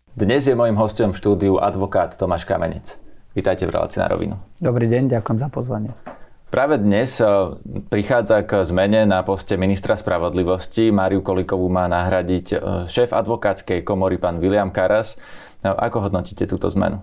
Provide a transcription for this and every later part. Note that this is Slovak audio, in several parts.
Dnes je mojím hosťom v štúdiu advokát Tomáš Kamenec. Vítajte v relácii Na rovinu. Dobrý deň, ďakujem za pozvanie. Práve dnes prichádza k zmene na poste ministra spravodlivosti. Máriu Kolíkovú má nahradiť šéf advokátskej komory pán William Karas. Ako hodnotíte túto zmenu?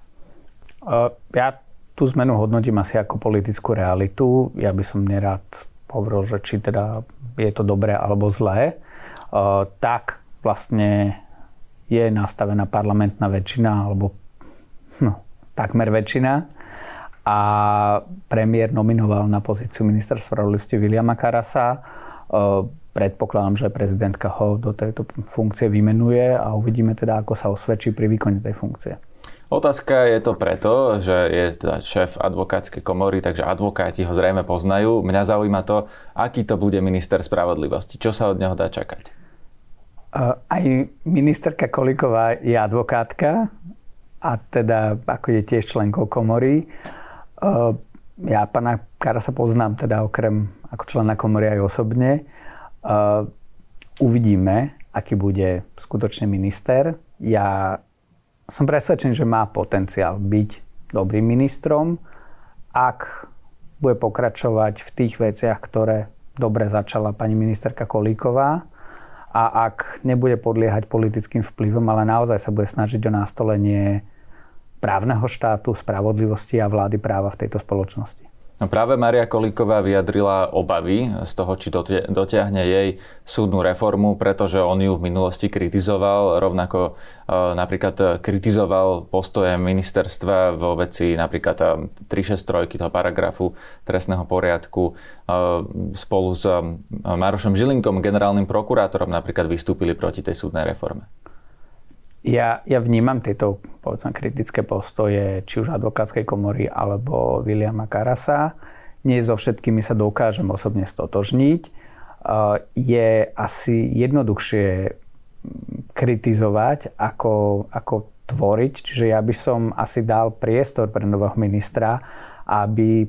Ja tú zmenu hodnotím asi ako politickú realitu. Ja by som nerád hovoril, že či teda je to dobré alebo zlé. Tak vlastne je nastavená parlamentná väčšina, alebo takmer väčšina. A premiér nominoval na pozíciu ministra spravodlivosti Williama Karasa. Predpokladám, že prezidentka ho do tejto funkcie vymenuje a uvidíme teda, ako sa osvedčí pri výkone tej funkcie. Otázka je to preto, že je teda šéf advokátskej komory, takže advokáti ho zrejme poznajú. Mňa zaujíma to, aký to bude minister spravodlivosti. Čo sa od neho dá čakať? Aj ministerka Kolíková je advokátka a teda ako je tiež členkou komory. Ja pána Karasa poznám teda okrem ako člena komory aj osobne. Uvidíme, aký bude skutočne minister. Ja som presvedčený, že má potenciál byť dobrým ministrom, ak bude pokračovať v tých veciach, ktoré dobre začala pani ministerka Kolíková a ak nebude podliehať politickým vplyvom, ale naozaj sa bude snažiť o nastolenie právneho štátu, spravodlivosti a vlády práva v tejto spoločnosti. No práve Mária Kolíková vyjadrila obavy z toho, či dotiahne jej súdnu reformu, pretože on ju v minulosti kritizoval, rovnako napríklad kritizoval postoje ministerstva vo veci napríklad 363 toho paragrafu trestného poriadku. Spolu s Marošom Žilinkom, generálnym prokurátorom, napríklad vystúpili proti tej súdnej reforme. Ja vnímam tieto povedzme kritické postoje či už advokátskej komory alebo Williama Karasa. Nie so všetkými sa dokážem osobne stotožniť. Je asi jednoduchšie kritizovať ako tvoriť. Čiže ja by som asi dal priestor pre nového ministra, aby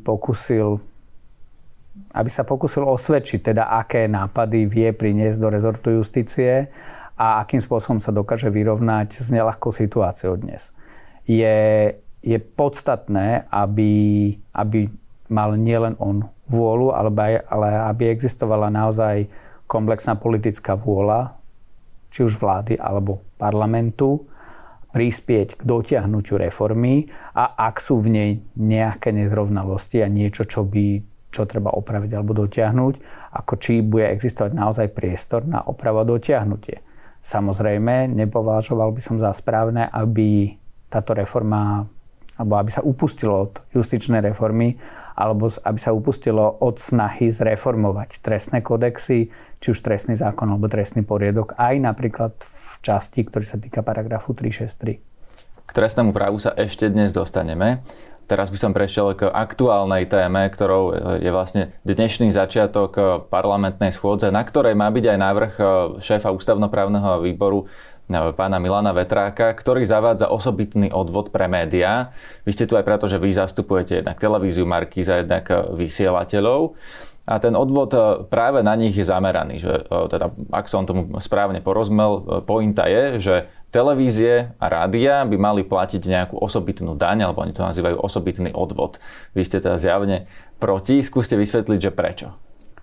sa pokúsil osvedčiť, teda aké nápady vie priniesť do rezortu justície a akým spôsobom sa dokáže vyrovnať s neľahkou situáciou dnes. Je podstatné, aby mal nielen on vôľu, ale aby existovala naozaj komplexná politická vôľa, či už vlády alebo parlamentu, prispieť k dotiahnutiu reformy a ak sú v nej nejaké nezrovnalosti a niečo, čo treba opraviť alebo dotiahnuť, ako či bude existovať naozaj priestor na opravu a dotiahnutie. Samozrejme, nepovažoval by som za správne, aby táto reforma, alebo aby sa upustilo od justičnej reformy, alebo aby sa upustilo od snahy zreformovať trestné kodexy, či už trestný zákon alebo trestný poriadok, aj napríklad v časti, ktorý sa týka paragrafu 363. K trestnému právu sa ešte dnes dostaneme. Teraz by som prešiel k aktuálnej téme, ktorou je vlastne dnešný začiatok parlamentnej schôdze, na ktorej má byť aj návrh šéfa ústavnoprávneho výboru pána Milana Vetráka, ktorý zavádza osobitný odvod pre médiá. Vy ste tu aj preto, že vy zastupujete jednak televíziu Markíza, jednak vysielateľov. A ten odvod práve na nich je zameraný, že teda, ak som tomu správne porozumel, pointa je, že televízie a rádia by mali platiť nejakú osobitnú daň, alebo oni to nazývajú osobitný odvod. Vy ste teda zjavne proti. Skúste vysvetliť, že prečo.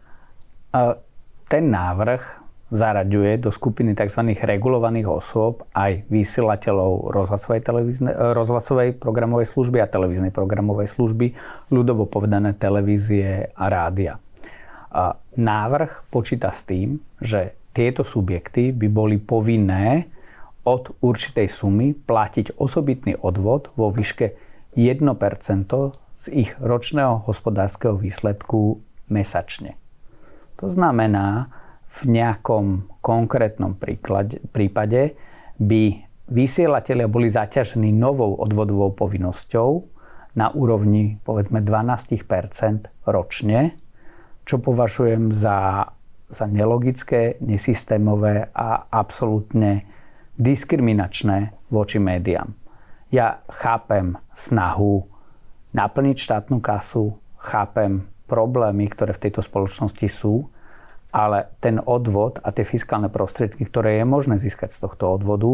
Ten návrh zaraďuje do skupiny tzv. Regulovaných osôb aj vysielateľov rozhlasovej programovej služby a televíznej programovej služby, ľudovo povedané televízie a rádia. Návrh počíta s tým, že tieto subjekty by boli povinné od určitej sumy platiť osobitný odvod vo výške 1% z ich ročného hospodárskeho výsledku mesačne. To znamená, v nejakom konkrétnom prípade by vysielatelia boli zaťažení novou odvodovou povinnosťou na úrovni povedzme 12% ročne, čo považujem za nelogické, nesystémové a absolútne diskriminačné voči médiám. Ja chápem snahu naplniť štátnu kasu, chápem problémy, ktoré v tejto spoločnosti sú, ale ten odvod a tie fiskálne prostriedky, ktoré je možné získať z tohto odvodu,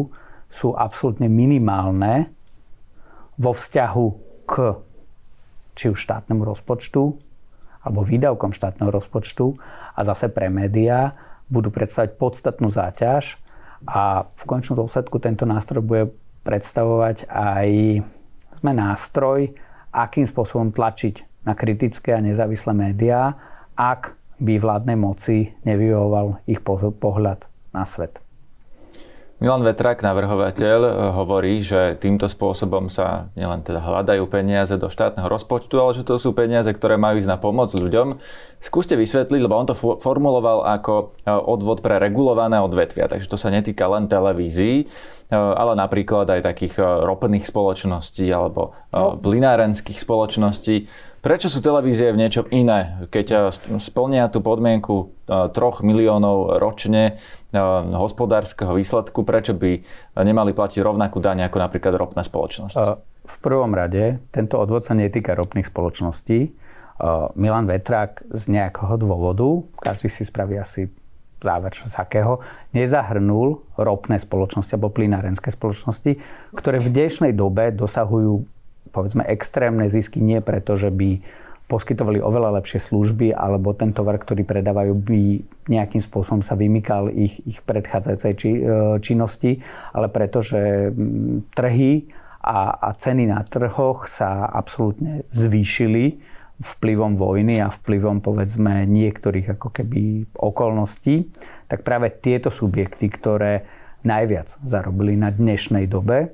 sú absolútne minimálne vo vzťahu k či už štátnemu rozpočtu alebo výdavkom štátneho rozpočtu a zase pre médiá budú predstavovať podstatnú záťaž a v konečnom dôsledku tento nástroj bude predstavovať aj nástroj, akým spôsobom tlačiť na kritické a nezávislé médiá, ak by vládnej moci nevyhovoval ich pohľad na svet. Milan Vetrák, navrhovateľ, hovorí, že týmto spôsobom sa nielen teda hľadajú peniaze do štátneho rozpočtu, ale že to sú peniaze, ktoré majú ísť na pomoc ľuďom. Skúste vysvetliť, lebo on to formuloval ako odvod pre regulované odvetvia, takže to sa netýka len televízií, ale napríklad aj takých ropných spoločností alebo plynárenských spoločností. Prečo sú televízie v niečom iné? Keď splnia tú podmienku 3 miliónov ročne hospodárskeho výsledku, prečo by nemali platiť rovnakú daň ako napríklad ropné spoločnosti? V prvom rade tento odvod sa netýka ropných spoločností. Milan Vetrák z nejakého dôvodu, každý si spraví asi záver z akého, nezahrnul ropné spoločnosti alebo plynárenské spoločnosti, ktoré v dnešnej dobe dosahujú povedzme extrémne zisky nie preto, že by poskytovali oveľa lepšie služby alebo ten tovar, ktorý predávajú, by nejakým spôsobom sa vymykal ich predchádzajúcej činnosti, ale preto, že trhy a ceny na trhoch sa absolútne zvýšili vplyvom vojny a vplyvom povedzme niektorých ako keby okolností, tak práve tieto subjekty, ktoré najviac zarobili na dnešnej dobe,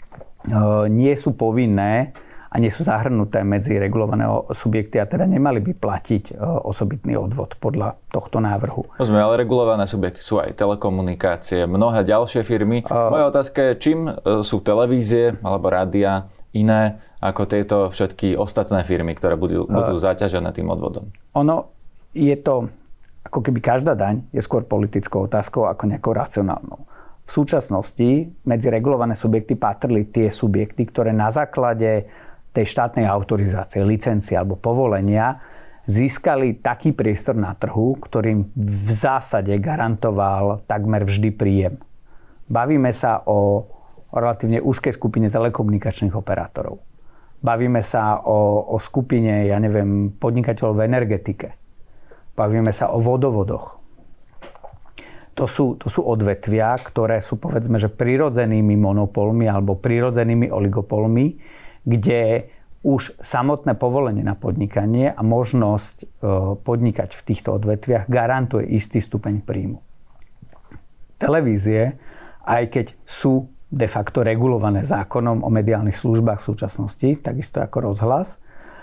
nie sú povinné a nie sú zahrnuté medzi regulované subjekty a teda nemali by platiť osobitný odvod podľa tohto návrhu. Rozumiem, ale regulované subjekty sú aj telekomunikácie, mnohé ďalšie firmy. Moja otázka je, čím sú televízie alebo rádia iné ako tieto všetky ostatné firmy, ktoré budú zaťažené tým odvodom? Ono je to, ako keby každá daň je skôr politickou otázkou ako nejakou racionálnou. V súčasnosti medzi regulované subjekty patrili tie subjekty, ktoré na základe tej štátnej autorizácie, licencie alebo povolenia získali taký priestor na trhu, ktorým v zásade garantoval takmer vždy príjem. Bavíme sa o relatívne úzkej skupine telekomunikačných operátorov. Bavíme sa o skupine, podnikateľov v energetike. Bavíme sa o vodovodoch. To sú odvetvia, ktoré sú povedzme, že prirodzenými monopolmi alebo prirodzenými oligopolmi, kde už samotné povolenie na podnikanie a možnosť podnikať v týchto odvetviach garantuje istý stupeň príjmu. Televízie, aj keď sú de facto regulované zákonom o mediálnych službách v súčasnosti, takisto ako rozhlas,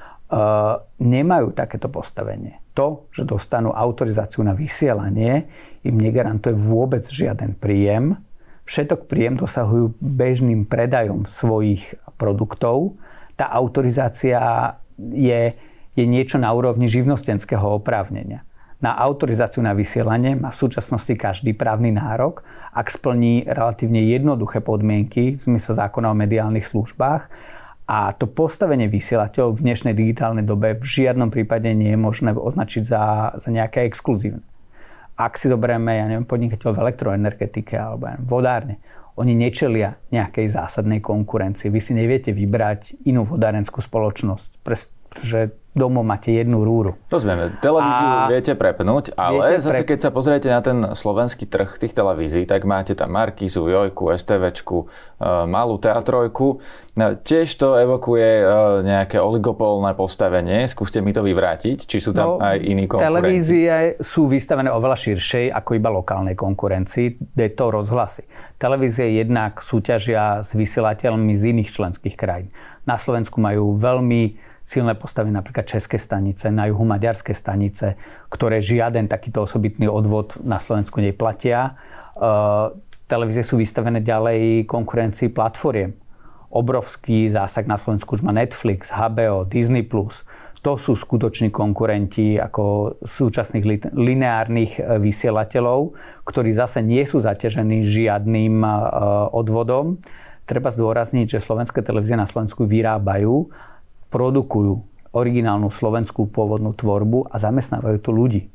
nemajú takéto postavenie. To, že dostanú autorizáciu na vysielanie, im negarantuje vôbec žiaden príjem. Všetok príjem dosahujú bežným predajom svojich produktov. Tá autorizácia je niečo na úrovni živnostenského oprávnenia. Na autorizáciu na vysielanie má v súčasnosti každý právny nárok, ak splní relatívne jednoduché podmienky v zmysle zákona o mediálnych službách. A to postavenie vysielateľov v dnešnej digitálnej dobe v žiadnom prípade nie je možné označiť za nejaké exkluzívne. Ak si zoberieme, podnikateľ v elektroenergetike alebo vodárne, oni nečelia nejakej zásadnej konkurencii. Vy si neviete vybrať inú vodárenskú spoločnosť, pretože domov máte jednu rúru. Rozumieme, televíziu viete prepnúť, ale zase keď sa pozriete na ten slovenský trh tých televízií, tak máte tam Markízu, Jojku, STVčku, Malú Teatrojku. Tiež to evokuje nejaké oligopolné postavenie. Skúste mi to vyvrátiť, či sú tam aj iní konkurenti. Televízie sú vystavené oveľa širšej ako iba lokálnej konkurencii, je to rozhlasy. Televízie jednak súťažia s vysielateľmi z iných členských krajín. Na Slovensku majú veľmi silné postavy napríklad české stanice, na juhu maďarské stanice, ktoré žiaden takýto osobitný odvod na Slovensku neplatia. Televízie sú vystavené ďalej konkurencii platformiem. Obrovský zásah na Slovensku už má Netflix, HBO, Disney+. To sú skutoční konkurenti ako súčasných lineárnych vysielateľov, ktorí zase nie sú zaťažení žiadnym odvodom. Treba zdôrazniť, že slovenské televízie na Slovensku vyrábajú, produkujú originálnu slovenskú pôvodnú tvorbu a zamestnávajú tu ľudí.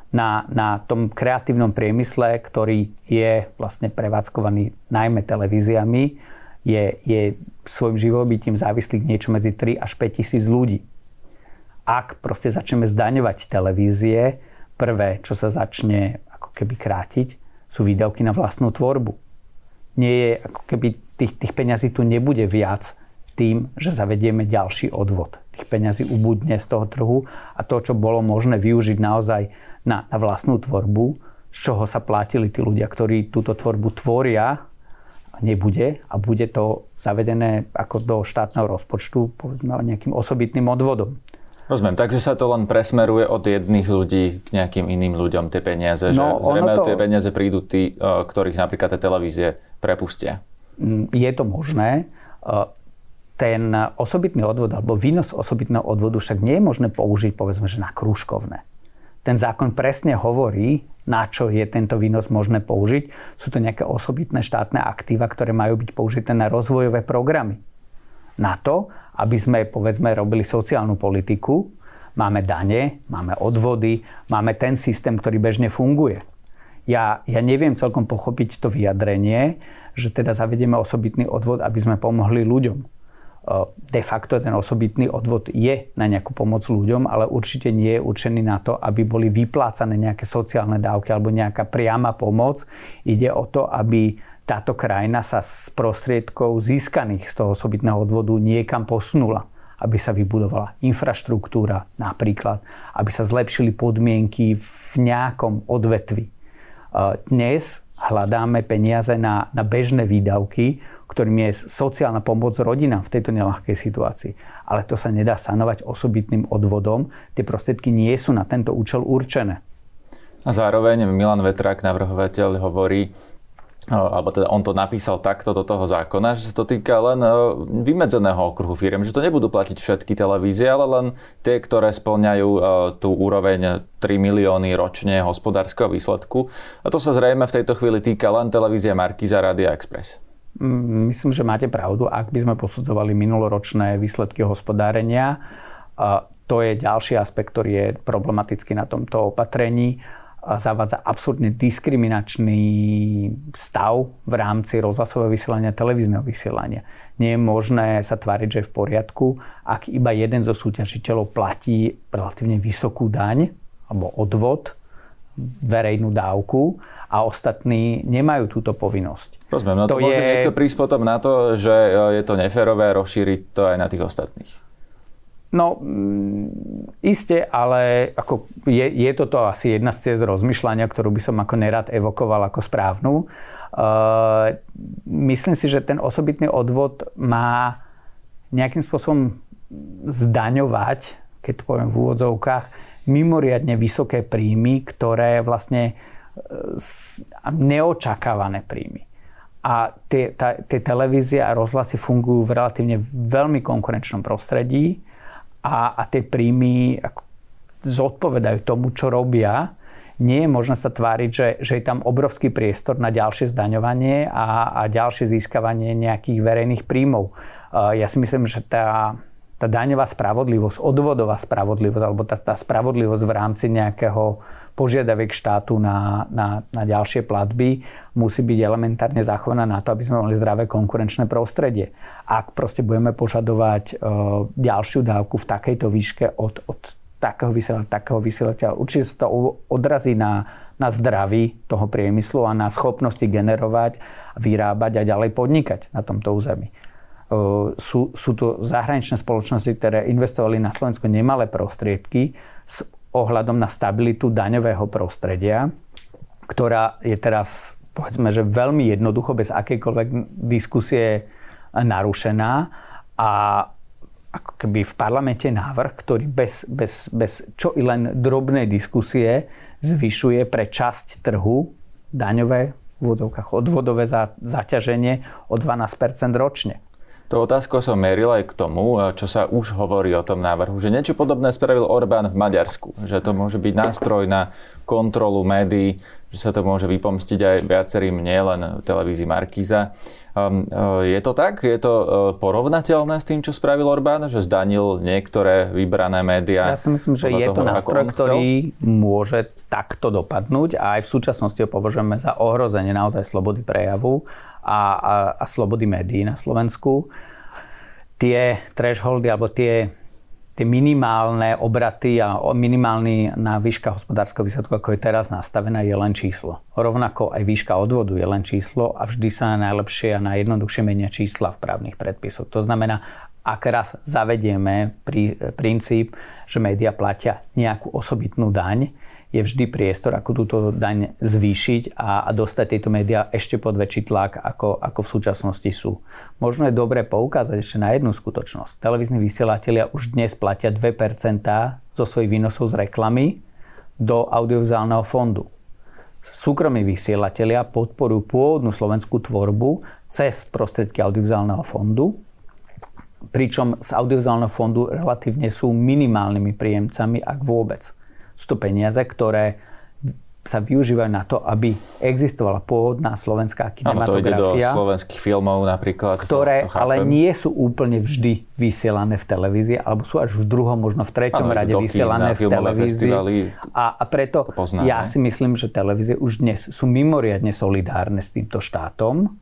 na tom kreatívnom priemysle, ktorý je vlastne prevádzkovaný najmä televíziami, je svojim živobytím závislých niečo medzi 3 až 5 tisíc ľudí. Ak proste začneme zdaňovať televízie, prvé, čo sa začne ako keby krátiť, sú výdavky na vlastnú tvorbu. Nie je, ako keby tých peňazí tu nebude viac tým, že zavedieme ďalší odvod. Tých peňazí ubudne z toho trhu a to, čo bolo možné využiť naozaj na vlastnú tvorbu, z čoho sa platili tí ľudia, ktorí túto tvorbu tvoria, nebude a bude to zavedené ako do štátneho rozpočtu nejakým osobitným odvodom. Rozumiem, takže sa to len presmeruje od jedných ľudí k nejakým iným ľuďom, tie peniaze, že zrejme tie peniaze prídu tí, ktorých napríklad tie televízie prepustia. Je to možné. Ten osobitný odvod alebo výnos osobitného odvodu však nie je možné použiť, povedzme, že na krúžkovné. Ten zákon presne hovorí, na čo je tento výnos možné použiť. Sú to nejaké osobitné štátne aktíva, ktoré majú byť použité na rozvojové programy. Na to, aby sme, povedzme, robili sociálnu politiku, máme dane, máme odvody, máme ten systém, ktorý bežne funguje. Ja neviem celkom pochopiť to vyjadrenie, že teda zavedieme osobitný odvod, aby sme pomohli ľuďom. De facto ten osobitný odvod je na nejakú pomoc ľuďom, ale určite nie je určený na to, aby boli vyplácané nejaké sociálne dávky alebo nejaká priama pomoc. Ide o to, aby táto krajina sa z prostriedkov získaných z toho osobitného odvodu niekam posunula. Aby sa vybudovala infraštruktúra napríklad, aby sa zlepšili podmienky v nejakom odvetvi. Dnes hľadáme peniaze na bežné výdavky, ktorým je sociálna pomoc rodinám v tejto neľahkej situácii. Ale to sa nedá sanovať osobitným odvodom. Tie prostriedky nie sú na tento účel určené. A zároveň Milan Vetrák, navrhovateľ, hovorí, alebo teda on to napísal takto do toho zákona, že sa to týka len vymedzeného okruhu firiem, že to nebudú platiť všetky televízie, ale len tie, ktoré spĺňajú tú úroveň 3 milióny ročne hospodárskeho výsledku. A to sa zrejme v tejto chvíli týka len televízie Markíza, Rádia Express. Myslím, že máte pravdu, ak by sme posudzovali minuloročné výsledky hospodárenia. To je ďalší aspekt, ktorý je problematický na tomto opatrení. Zavádza absolútne diskriminačný stav v rámci rozhlasového vysielania a televízneho vysielania. Nie je možné sa tváriť, že je v poriadku, ak iba jeden zo súťažiteľov platí relatívne vysokú daň alebo odvod, verejnú dávku, a ostatní nemajú túto povinnosť. Rozumiem, no to môže niekto prísť potom na to, že je to neférové rozšíriť to aj na tých ostatných. No, iste, ale ako je toto asi jedna z ciest rozmýšľania, ktorú by som ako nerad evokoval ako správnu. Myslím si, že ten osobitný odvod má nejakým spôsobom zdaňovať, keď to poviem v úvodzovkách, mimoriadne vysoké príjmy, ktoré vlastne neočakávané príjmy. A tie televízie a rozhlasy fungujú v relatívne veľmi konkurenčnom prostredí a tie príjmy zodpovedajú tomu, čo robia. Nie je možné sa tváriť, že je tam obrovský priestor na ďalšie zdaňovanie a ďalšie získavanie nejakých verejných príjmov. Ja si myslím, že tá daňová spravodlivosť, odvodová spravodlivosť alebo tá spravodlivosť v rámci nejakého požiadaviek štátu na ďalšie platby musí byť elementárne zachovaná na to, aby sme mali zdravé konkurenčné prostredie. Ak proste budeme požadovať ďalšiu dávku v takejto výške od takého vysielateľa, určite sa to odrazí na zdraví toho priemyslu a na schopnosti generovať, vyrábať a ďalej podnikať na tomto území. Sú to zahraničné spoločnosti, ktoré investovali na Slovensku nemalé prostriedky s ohľadom na stabilitu daňového prostredia, ktorá je teraz, povedzme, že veľmi jednoducho, bez akejkoľvek diskusie narušená a ako keby v parlamente návrh, ktorý bez čo i len drobnej diskusie zvyšuje pre časť trhu daňové, v úvodzovkách odvodové zaťaženie o 12% ročne. To otázku som mieril aj k tomu, čo sa už hovorí o tom návrhu, že niečo podobné spravil Orbán v Maďarsku, že to môže byť nástroj na kontrolu médií, že sa to môže vypomstiť aj viacerým, nielen televízii Markíza. Je to tak? Je to porovnateľné s tým, čo spravil Orbán, že zdanil niektoré vybrané médiá? Ja si myslím, že je to nástroj, ktorý môže takto dopadnúť a aj v súčasnosti ho považujeme za ohrozenie naozaj slobody prejavu a slobody médií na Slovensku. Tie thresholdy alebo tie minimálne obraty a minimálna výška hospodárskeho výsledku, ako je teraz nastavená, je len číslo. Rovnako aj výška odvodu je len číslo a vždy sa najlepšie a najjednoduchšie menia čísla v právnych predpisoch. To znamená, ak raz zavedieme princíp, že médiá platia nejakú osobitnú daň, je vždy priestor, ako túto daň zvýšiť a dostať tieto médiá ešte pod väčší tlak, ako v súčasnosti sú. Možno je dobré poukázať ešte na jednu skutočnosť. Televízni vysielatelia už dnes platia 2% zo svojich výnosov z reklamy do audiovizuálneho fondu. Súkromní vysielatelia podporujú pôvodnú slovenskú tvorbu cez prostriedky audiovizuálneho fondu, pričom z audiovizuálneho fondu relatívne sú minimálnymi príjemcami, ak vôbec. Sú to peniaze, ktoré sa využívajú na to, aby existovala pôvodná slovenská kinematografia. Áno, to ide do slovenských filmov napríklad. Ktoré ale nie sú úplne vždy vysielané v televízii, alebo sú až v druhom, možno v treťom rade vysielané v televízii. A preto ja si myslím, že televízie už dnes sú mimoriadne solidárne s týmto štátom.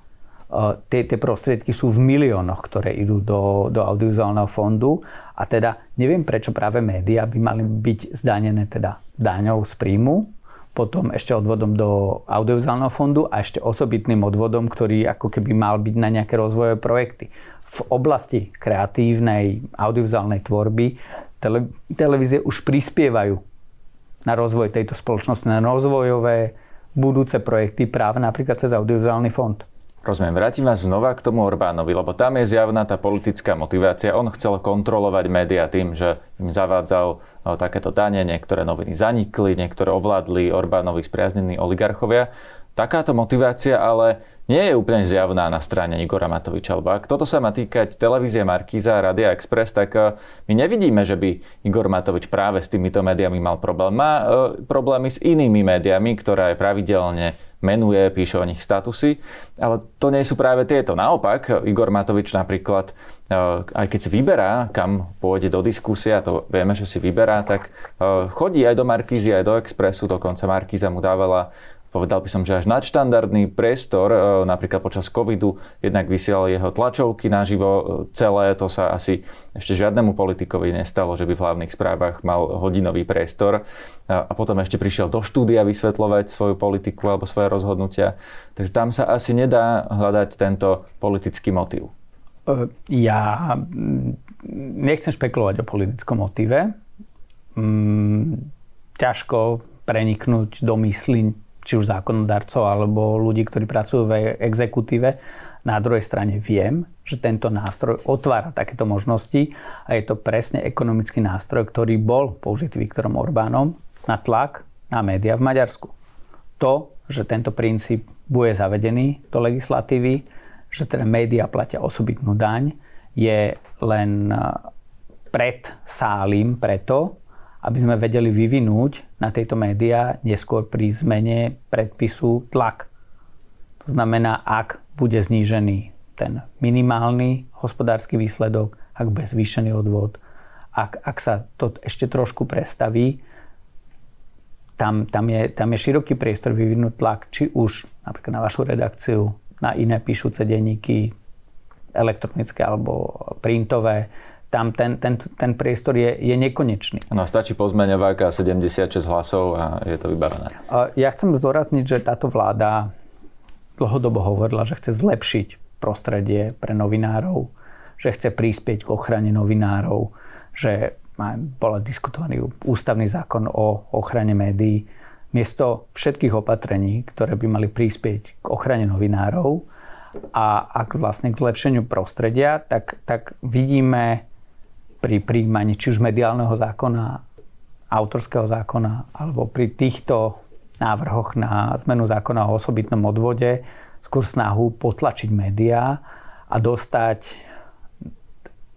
Tie prostriedky sú v miliónoch, ktoré idú do audiovizuálneho fondu a teda neviem, prečo práve médiá by mali byť zdanené teda daňou z príjmu, potom ešte odvodom do audiovizuálneho fondu a ešte osobitným odvodom, ktorý ako keby mal byť na nejaké rozvojové projekty. V oblasti kreatívnej audiovizuálnej tvorby televízie už prispievajú na rozvoj tejto spoločnosti, na rozvojové budúce projekty práve napríklad cez audiovizuálny fond. Rozumiem, vrátim vás znova k tomu Orbánovi, lebo tam je zjavná tá politická motivácia. On chcel kontrolovať médiá tým, že im zavádzal takéto dane, niektoré noviny zanikli, niektoré ovládli Orbánovi spriaznení oligarchovia. Takáto motivácia ale nie je úplne zjavná na strane Igora Matoviča. Lebo ak toto sa má týkať televízie Markíza a Rádia Express, tak my nevidíme, že by Igor Matovič práve s týmito médiami mal problém. Má problémy s inými médiami, ktoré pravidelne menuje, píše o nich statusy, ale to nie sú práve tieto. Naopak, Igor Matovič napríklad, aj keď si vyberá, kam pôjde do diskusie, a to vieme, že si vyberá, tak chodí aj do Markízy, aj do Expressu, dokonca Markíza mu dávala, povedal by som, že až nadštandardný priestor, napríklad počas covidu, jednak vysielal jeho tlačovky naživo celé, to sa asi ešte žiadnemu politikovi nestalo, že by v hlavných správach mal hodinový priestor a potom ešte prišiel do štúdia vysvetľovať svoju politiku alebo svoje rozhodnutia. Takže tam sa asi nedá hľadať tento politický motív. Ja nechcem špekulovať o politickom motíve. Ťažko preniknúť do myslí či už zákonodarcov alebo ľudí, ktorí pracujú v exekutíve. Na druhej strane viem, že tento nástroj otvára takéto možnosti a je to presne ekonomický nástroj, ktorý bol použitý Viktorom Orbánom na tlak na médiá v Maďarsku. To, že tento princíp bude zavedený do legislatívy, že teda médiá platia osobitnú daň, je len predsálím preto, aby sme vedeli vyvinúť na tejto médiá neskôr pri zmene predpisu tlak. To znamená, ak bude znížený ten minimálny hospodársky výsledok, ak bude zvýšený odvod, ak sa to ešte trošku prestaví, tam je široký priestor vyvinúť tlak, či už napríklad na vašu redakciu, na iné píšuce denníky, elektronické alebo printové. Tam ten priestor je nekonečný. No, stačí pozmeňovák a 76 hlasov a je to vybavené. Ja chcem zdôrazniť, že táto vláda dlhodobo hovorila, že chce zlepšiť prostredie pre novinárov, že chce prispieť k ochrane novinárov, že bol diskutovaný ústavný zákon o ochrane médií. Miesto všetkých opatrení, ktoré by mali prispieť k ochrane novinárov a vlastne k zlepšeniu prostredia, tak vidíme pri prijímaní či už mediálneho zákona, autorského zákona, alebo pri týchto návrhoch na zmenu zákona o osobitnom odvode skôr snahu potlačiť médiá a dostať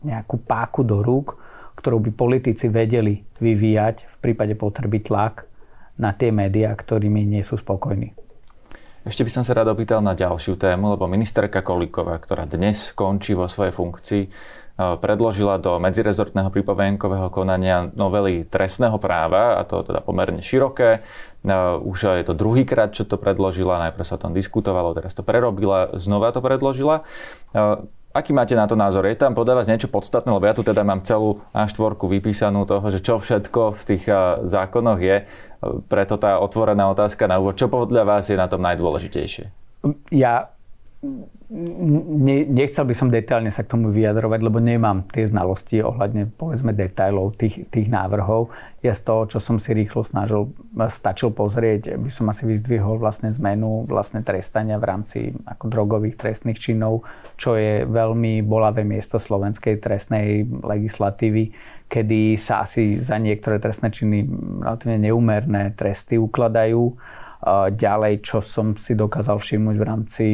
nejakú páku do rúk, ktorú by politici vedeli vyvíjať v prípade potreby tlak na tie médiá, ktorými nie sú spokojní. Ešte by som sa rád opýtal na ďalšiu tému, lebo ministerka Kolíková, ktorá dnes končí vo svojej funkcii, predložila do medzirezortného pripomienkového konania novely trestného práva, a to teda pomerne široké. Už je to druhýkrát, čo to predložila, najprv sa o tom diskutovalo, teraz to prerobila, znova to predložila. Aký máte na to názor? Je tam podľa vás niečo podstatné? Lebo ja tu teda mám celú A4 vypísanú toho, že čo všetko v tých zákonoch je. Preto tá otvorená otázka na úvod. Čo podľa vás je na tom najdôležitejšie? Ja nechcel by som detailne sa k tomu vyjadrovať, lebo nemám tie znalosti ohľadne, povedzme, detailov tých návrhov. Ja z toho, čo som si rýchlo stačil pozrieť, by som asi vyzdvihol vlastne zmenu vlastne trestania v rámci ako drogových trestných činov, čo je veľmi bolavé miesto slovenskej trestnej legislatívy, kedy sa asi za niektoré trestné činy relatívne neúmerné tresty ukladajú. Ďalej, čo som si dokázal všimnúť v rámci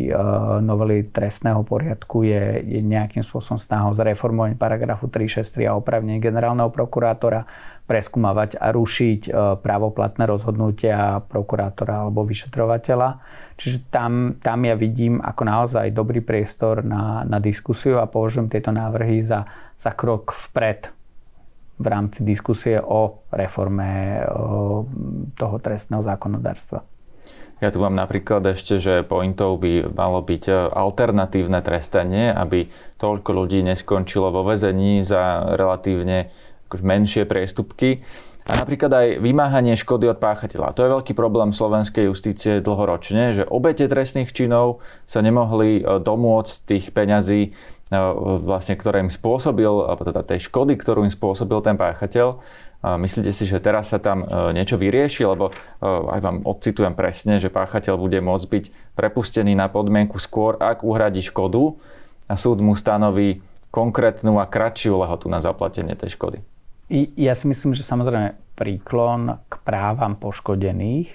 novely trestného poriadku, je nejakým spôsobom snahou zreformovať paragrafu 363 a oprávnenie generálneho prokurátora preskúmavať a rušiť právoplatné rozhodnutia prokurátora alebo vyšetrovateľa. Čiže tam ja vidím ako naozaj dobrý priestor na diskusiu a považujem tieto návrhy za krok vpred v rámci diskusie o reforme toho trestného zákonodárstva. Ja tu mám napríklad ešte, že pointou by malo byť alternatívne trestanie, aby toľko ľudí neskončilo vo väzení za relatívne menšie priestupky. A napríklad aj vymáhanie škody od páchateľa. To je veľký problém slovenskej justície dlhoročne, že obete trestných činov sa nemohli domôcť tých peňazí, vlastne, ktoré im spôsobil, alebo teda tej škody, ktorú im spôsobil ten páchateľ. Myslíte si, že teraz sa tam niečo vyrieši? Lebo aj vám odcitujem presne, že páchateľ bude môcť byť prepustený na podmienku skôr, ak uhradí škodu a súd mu stanoví konkrétnu a kratšiu lehotu na zaplatenie tej škody. Ja si myslím, že samozrejme príklon k právam poškodených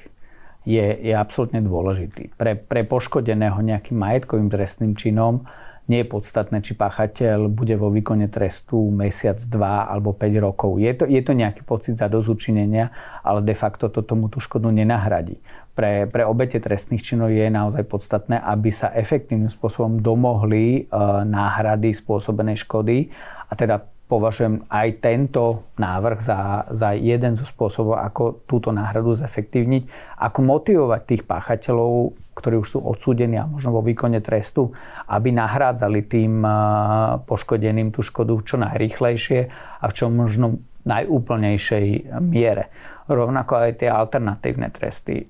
je absolútne dôležitý. Pre poškodeného nejakým majetkovým trestným činom nie je podstatné, či páchateľ bude vo výkone trestu mesiac, 2 alebo 5 rokov. Je to nejaký pocit zadozučinenia, ale de facto to tomu tú škodu nenahradí. Pre obete trestných činov je naozaj podstatné, aby sa efektívnym spôsobom domohli náhrady spôsobenej škody, a teda považujem aj tento návrh za jeden zo spôsobov, ako túto náhradu zefektívniť, ako motivovať tých páchateľov, ktorí už sú odsúdení a možno vo výkone trestu, aby nahrádzali tým poškodeným tú škodu čo najrýchlejšie a v čo možno najúplnejšej miere. Rovnako aj tie alternatívne tresty.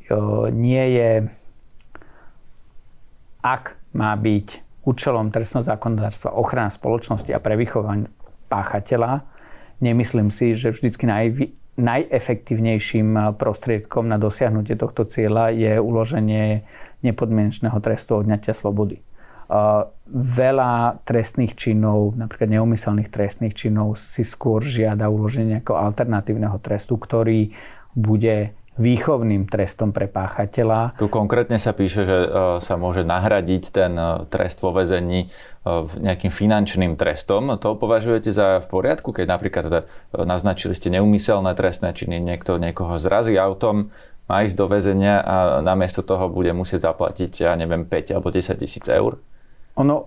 Ak má byť účelom trestného zákonodárstva ochrana spoločnosti a prevychovanie páchateľa, nemyslím si, že vždycky najefektívnejším prostriedkom na dosiahnutie tohto cieľa je uloženie nepodmienečného trestu odňatia slobody. Veľa trestných činov, napríklad neúmyselných trestných činov, si skôr žiada uloženie ako alternatívneho trestu, ktorý bude výchovným trestom pre páchateľa. Tu konkrétne sa píše, že sa môže nahradiť ten trest vo väzení nejakým finančným trestom. To považujete za v poriadku, keď napríklad naznačili ste neúmyselné trestné činy, niekto niekoho zrazí autom, má ísť do väzenia a namiesto toho bude musieť zaplatiť, 5 alebo 10 000 eur? Ono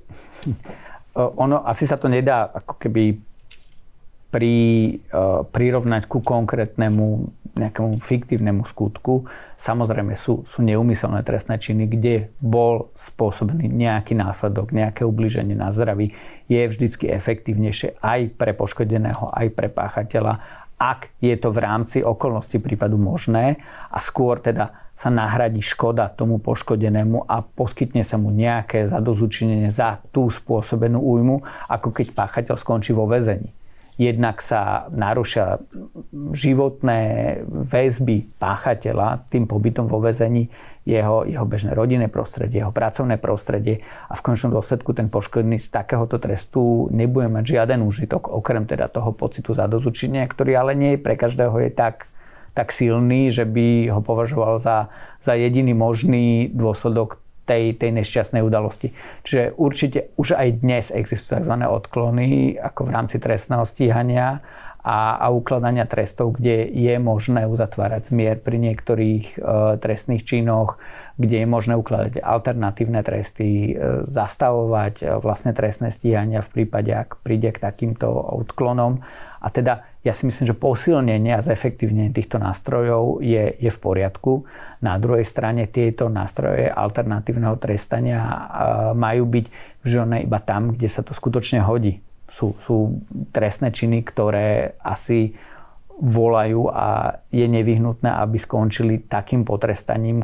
asi sa to nedá ako keby prirovnať ku konkrétnemu nejakému fiktívnemu skutku. Samozrejme sú neúmyselné trestné činy, kde bol spôsobený nejaký následok, nejaké ublíženie na zdraví. Je vždycky efektívnejšie aj pre poškodeného, aj pre páchateľa, ak je to v rámci okolností prípadu možné a skôr teda sa nahradí škoda tomu poškodenému a poskytne sa mu nejaké zadozučinenie za tú spôsobenú újmu, ako keď páchateľ skončí vo väzení. Jednak sa narušia životné väzby páchateľa tým pobytom vo väzení, jeho bežné rodinné prostredie, jeho pracovné prostredie a v konečnom dôsledku ten poškodený z takéhoto trestu nebude mať žiaden úžitok, okrem teda toho pocitu zadozučinenia, ktorý ale nie pre každého je tak silný, že by ho považoval za jediný možný dôsledok tej nešťastnej udalosti. Čiže určite už aj dnes existujú tzv. Odklony ako v rámci trestného stíhania a ukladania trestov, kde je možné uzatvárať zmier pri niektorých trestných činoch, kde je možné ukladať alternatívne tresty, zastavovať vlastne trestné stíhania v prípade, ak príde k takýmto odklonom. A teda ja si myslím, že posilnenie a zefektívnenie týchto nástrojov je v poriadku. Na druhej strane tieto nástroje alternatívneho trestania majú byť využívané iba tam, kde sa to skutočne hodí. Sú trestné činy, ktoré asi volajú a je nevyhnutné, aby skončili takým potrestaním,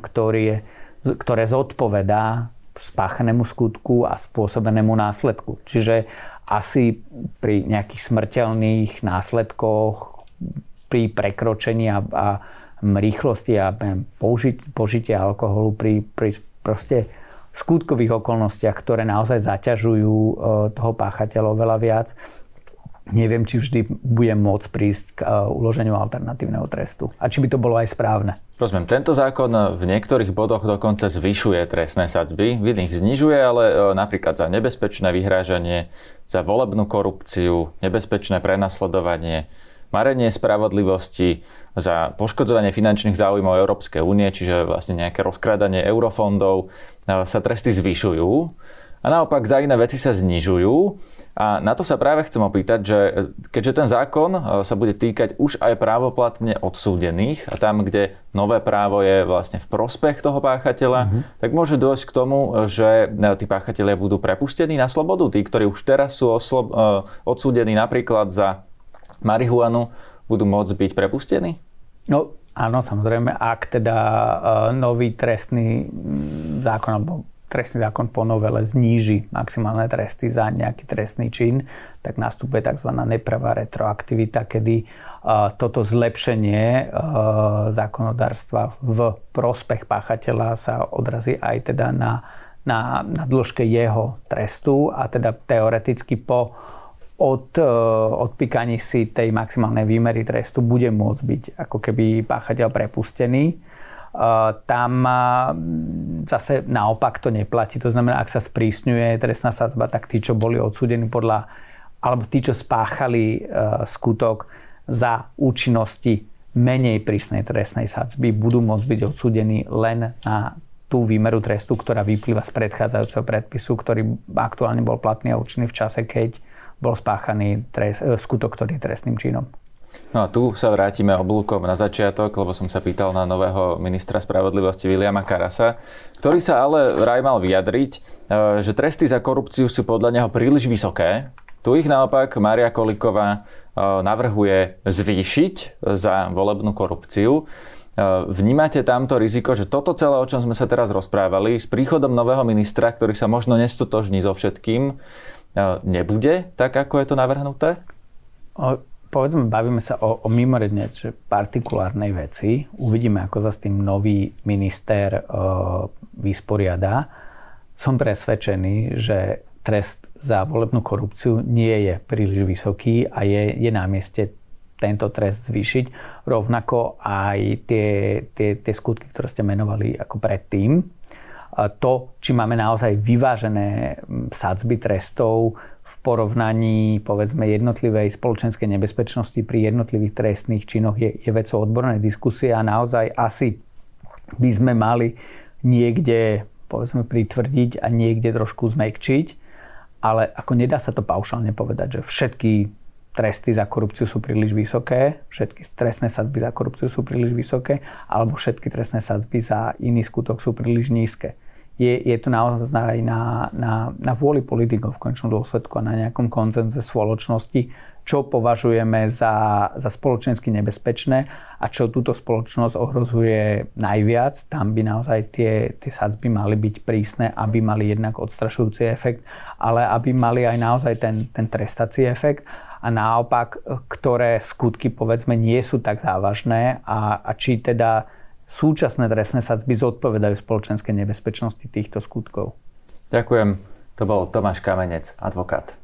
ktoré zodpovedá spáchanému skutku a spôsobenému následku. Čiže asi pri nejakých smrteľných následkoch, pri prekročení a rýchlosti a požitia alkoholu, pri proste skutkových okolnostiach, ktoré naozaj zaťažujú toho páchateľa oveľa viac. Neviem, či vždy bude môcť prísť k uloženiu alternatívneho trestu. A či by to bolo aj správne. Rozumiem, tento zákon v niektorých bodoch dokonca zvyšuje trestné sadzby, v iných znižuje, ale napríklad za nebezpečné vyhrážanie, za volebnú korupciu, nebezpečné prenasledovanie, marenie spravodlivosti, za poškodzovanie finančných záujmov Európskej únie, čiže vlastne nejaké rozkrádanie eurofondov, sa tresty zvyšujú a naopak za iné veci sa znižujú. A na to sa práve chcem opýtať, že keďže ten zákon sa bude týkať už aj právoplatne odsúdených a tam, kde nové právo je vlastne v prospech toho páchateľa, tak môže dôjsť k tomu, že tí páchatelia budú prepustení na slobodu. Tí, ktorí už teraz sú odsúdení napríklad za marihuanu, budú môcť byť prepustení? No áno, samozrejme, ak teda nový trestný zákon alebo trestný zákon po novele zníži maximálne tresty za nejaký trestný čin, tak nastupuje tzv. Nepravá retroaktivita, kedy toto zlepšenie zákonodárstva v prospech páchateľa sa odrazí aj teda na dĺžke jeho trestu a teda teoreticky po odpíkaní si tej maximálnej výmery trestu bude môcť byť ako keby páchateľ prepustený. Tam zase naopak to neplatí. To znamená, ak sa sprísňuje trestná sadzba, tak tí, čo boli odsúdení alebo tí, čo spáchali skutok za účinnosti menej prísnej trestnej sadzby, budú môcť byť odsúdení len na tú výmeru trestu, ktorá vyplýva z predchádzajúceho predpisu, ktorý aktuálne bol platný a účinný v čase, keď bol spáchaný skutok, ktorý je trestným činom. No a tu sa vrátime oblúkom na začiatok, lebo som sa pýtal na nového ministra spravodlivosti Viliama Karasa, ktorý sa ale vraj mal vyjadriť, že tresty za korupciu sú podľa neho príliš vysoké. Tu ich naopak Mária Kolíková navrhuje zvýšiť za volebnú korupciu. Vnímate tamto riziko, že toto celé, o čom sme sa teraz rozprávali, s príchodom nového ministra, ktorý sa možno nestotožní so všetkým, nebude tak, ako je to navrhnuté? Povedzme, bavíme sa o mimoriadne partikulárnej veci. Uvidíme, ako sa s tým nový minister vysporiada. Som presvedčený, že trest za volebnú korupciu nie je príliš vysoký a je na mieste tento trest zvýšiť. Rovnako aj tie skutky, ktoré ste menovali ako predtým. To, či máme naozaj vyvážené sadzby trestov v porovnaní, povedzme, jednotlivej spoločenskej nebezpečnosti pri jednotlivých trestných činoch je vecou odbornej diskusie a naozaj asi by sme mali niekde, povedzme, pritvrdiť a niekde trošku zmäkčiť, ale ako nedá sa to paušálne povedať, že všetky tresty za korupciu sú príliš vysoké, všetky trestné sadzby za korupciu sú príliš vysoké, alebo všetky trestné sadzby za iný skutok sú príliš nízke. Je to naozaj na vôli politikov v konečnom dôsledku a na nejakom konsenze spoločnosti, čo považujeme za spoločensky nebezpečné a čo túto spoločnosť ohrozuje najviac. Tam by naozaj tie sadzby mali byť prísne, aby mali jednak odstrašujúci efekt, ale aby mali aj naozaj ten trestací efekt. A naopak, ktoré skutky, povedzme, nie sú tak závažné a či teda súčasné trestné sadzby zodpovedajú spoločenskej nebezpečnosti týchto skutkov. Ďakujem. To bol Tomáš Kamenec, advokát.